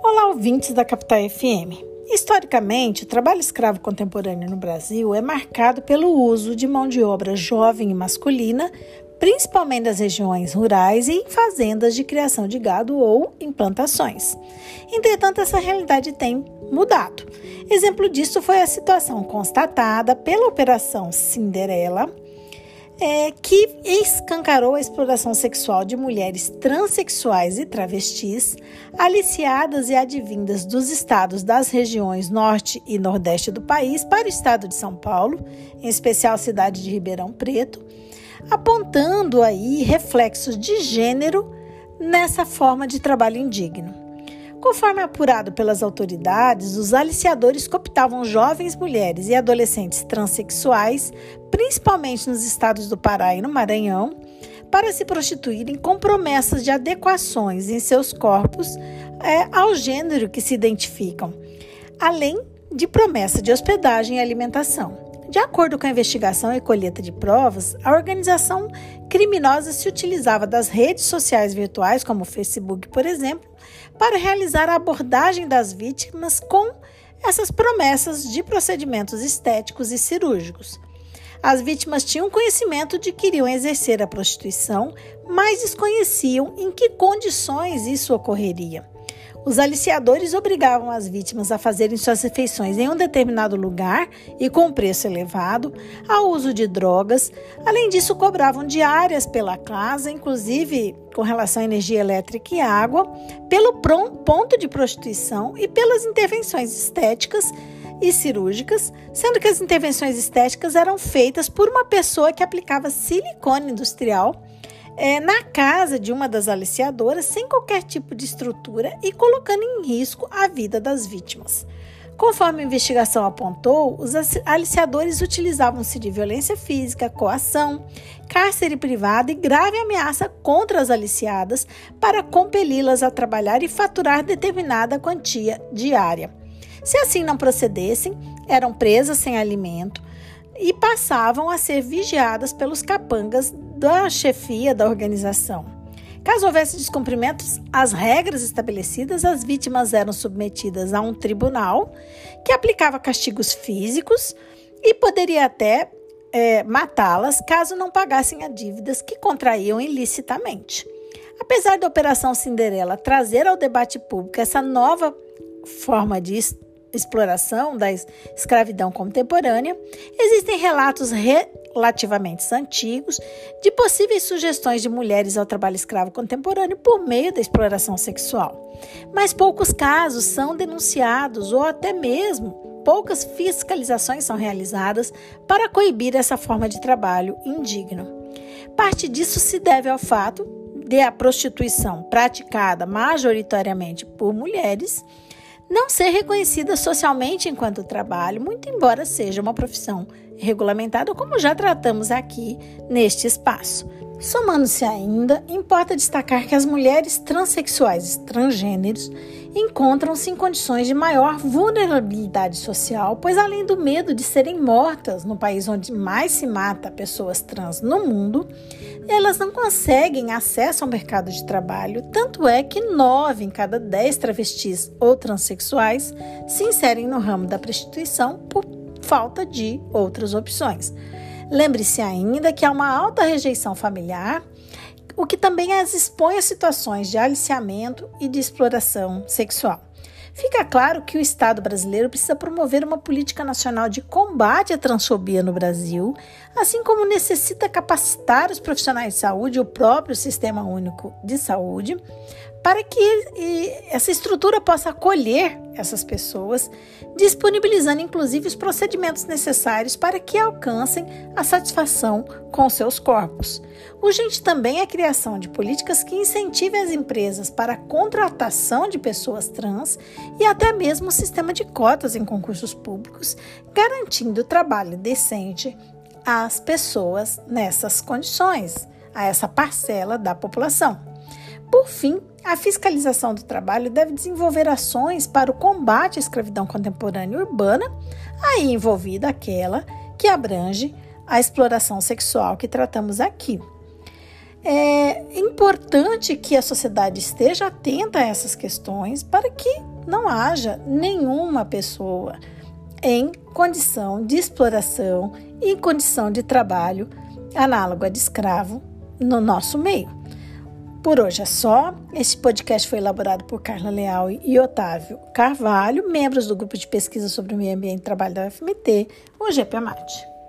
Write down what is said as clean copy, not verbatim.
Olá, ouvintes da Capital FM. Historicamente, o trabalho escravo contemporâneo no Brasil é marcado pelo uso de mão de obra jovem e masculina, principalmente das regiões rurais e em fazendas de criação de gado ou em plantações. Entretanto, essa realidade tem mudado. Exemplo disso foi a situação constatada pela Operação Cinderela, que escancarou a exploração sexual de mulheres transexuais e travestis, aliciadas e advindas dos estados das regiões norte e nordeste do país para o estado de São Paulo, em especial a cidade de Ribeirão Preto, apontando aí reflexos de gênero nessa forma de trabalho indigno. Conforme apurado pelas autoridades, os aliciadores cooptavam jovens mulheres e adolescentes transexuais, principalmente nos estados do Pará e no Maranhão, para se prostituírem com promessas de adequações em seus corpos ao gênero que se identificam, além de promessa de hospedagem e alimentação. De acordo com a investigação e colheita de provas, a organização criminosa se utilizava das redes sociais virtuais, como o Facebook, por exemplo, para realizar a abordagem das vítimas com essas promessas de procedimentos estéticos e cirúrgicos. As vítimas tinham conhecimento de que iriam exercer a prostituição, mas desconheciam em que condições isso ocorreria. Os aliciadores obrigavam as vítimas a fazerem suas refeições em um determinado lugar e com preço elevado, ao uso de drogas. Além disso, cobravam diárias pela casa, inclusive com relação à energia elétrica e água, pelo ponto de prostituição e pelas intervenções estéticas e cirúrgicas, sendo que as intervenções estéticas eram feitas por uma pessoa que aplicava silicone industrial na casa de uma das aliciadoras, sem qualquer tipo de estrutura e colocando em risco a vida das vítimas. Conforme a investigação apontou, os aliciadores utilizavam-se de violência física, coação, cárcere privado e grave ameaça contra as aliciadas para compeli-las a trabalhar e faturar determinada quantia diária. Se assim não procedessem, eram presas sem alimento e passavam a ser vigiadas pelos capangas da chefia da organização. Caso houvesse descumprimentos às regras estabelecidas, as vítimas eram submetidas a um tribunal que aplicava castigos físicos e poderia até matá-las caso não pagassem as dívidas que contraíam ilicitamente. Apesar da Operação Cinderela trazer ao debate público essa nova forma de exploração da escravidão contemporânea, existem relatos relativamente antigos de possíveis sugestões de mulheres ao trabalho escravo contemporâneo por meio da exploração sexual. Mas poucos casos são denunciados ou até mesmo poucas fiscalizações são realizadas para coibir essa forma de trabalho indigno. Parte disso se deve ao fato de a prostituição praticada majoritariamente por mulheres não ser reconhecida socialmente enquanto trabalho, muito embora seja uma profissão regulamentada, como já tratamos aqui neste espaço. Somando-se ainda, importa destacar que as mulheres transexuais e transgêneros encontram-se em condições de maior vulnerabilidade social, pois além do medo de serem mortas no país onde mais se mata pessoas trans no mundo, elas não conseguem acesso ao mercado de trabalho, tanto é que 9 em cada 10 travestis ou transexuais se inserem no ramo da prostituição por falta de outras opções. Lembre-se ainda que há uma alta rejeição familiar, o que também as expõe a situações de aliciamento e de exploração sexual. Fica claro que o Estado brasileiro precisa promover uma política nacional de combate à transfobia no Brasil, assim como necessita capacitar os profissionais de saúde e o próprio Sistema Único de Saúde, para que essa estrutura possa acolher essas pessoas, disponibilizando inclusive os procedimentos necessários para que alcancem a satisfação com seus corpos. Urgente também é a criação de políticas que incentivem as empresas para a contratação de pessoas trans e até mesmo um sistema de cotas em concursos públicos, garantindo trabalho decente às pessoas nessas condições, a essa parcela da população. Por fim, a fiscalização do trabalho deve desenvolver ações para o combate à escravidão contemporânea urbana, aí envolvida aquela que abrange a exploração sexual que tratamos aqui. É importante que a sociedade esteja atenta a essas questões para que não haja nenhuma pessoa em condição de exploração e condição de trabalho análoga de escravo no nosso meio. Por hoje é só. Este podcast foi elaborado por Carla Leal e Otávio Carvalho, membros do grupo de pesquisa sobre o meio ambiente e trabalho da UFMT, o GPMAT.